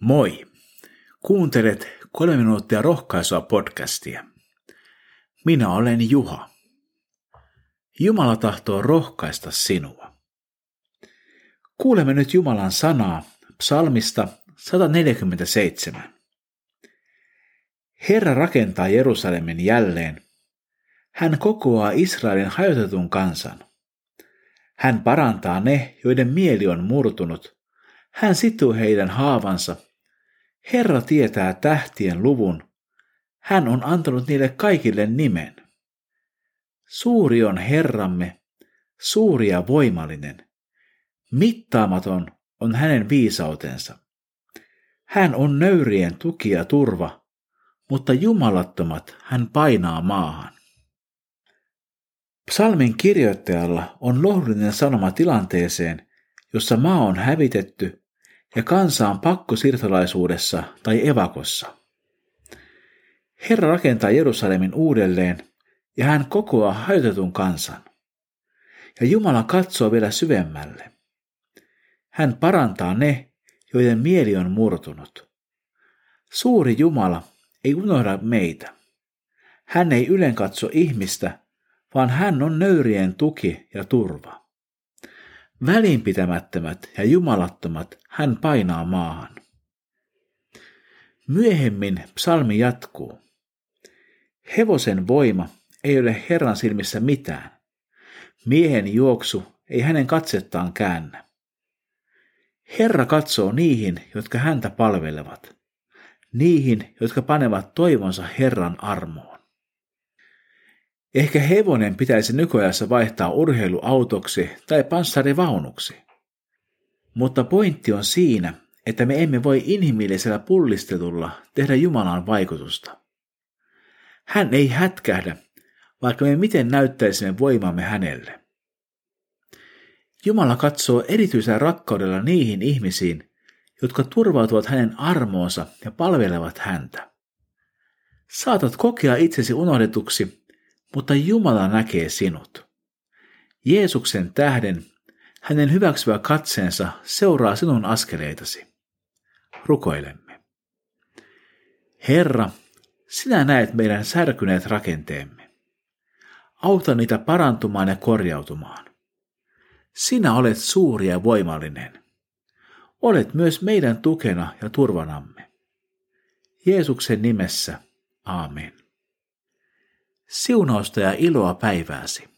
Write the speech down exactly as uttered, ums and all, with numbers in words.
Moi! Kuuntelet kolme minuuttia rohkaisua podcastia. Minä olen Juha. Jumala tahtoo rohkaista sinua. Kuulemme nyt Jumalan sanaa psalmista sata neljäkymmentäseitsemän. Herra rakentaa Jerusalemin jälleen. Hän kokoaa Israelin hajotetun kansan. Hän parantaa ne, joiden mieli on murtunut. Hän situu heidän haavansa. Herra tietää tähtien luvun. Hän on antanut niille kaikille nimen. Suuri on Herramme, suuri ja voimallinen. Mittaamaton on hänen viisautensa. Hän on nöyrien tuki ja turva, mutta jumalattomat hän painaa maahan. Psalmin kirjoittajalla on lohdullinen sanoma tilanteeseen, jossa maa on hävitetty ja kansa on pakkosiirtolaisuudessa tai evakossa. Herra rakentaa Jerusalemin uudelleen ja hän kokoaa hajotetun kansan. Ja Jumala katsoo vielä syvemmälle. Hän parantaa ne, joiden mieli on murtunut. Suuri Jumala ei unohda meitä. Hän ei ylenkatso ihmistä, vaan hän on nöyrien tuki ja turva. Välinpitämättömät ja jumalattomat hän painaa maahan. Myöhemmin psalmi jatkuu. Hevosen voima ei ole Herran silmissä mitään. Miehen juoksu ei hänen katsettaan käännä. Herra katsoo niihin, jotka häntä palvelevat. Niihin, jotka panevat toivonsa Herran armoon. Ehkä hevonen pitäisi nykyajassa vaihtaa urheiluautoksi tai panssarivaunuksi. Mutta pointti on siinä, että me emme voi inhimillisellä pullistelulla tehdä Jumalan vaikutusta. Hän ei hätkähdä, vaikka me miten näyttäisimme voimamme hänelle. Jumala katsoo erityisellä rakkaudella niihin ihmisiin, jotka turvautuvat hänen armoonsa ja palvelevat häntä. Saatat kokea itsesi unohdetuksi, mutta Jumala näkee sinut. Jeesuksen tähden hänen hyväksyvä katseensa seuraa sinun askeleitasi. Rukoilemme. Herra, sinä näet meidän särkyneet rakenteemme. Auta niitä parantumaan ja korjautumaan. Sinä olet suuri ja voimallinen. Olet myös meidän tukena ja turvanamme. Jeesuksen nimessä, aamen. Siunausta ja iloa päivääsi.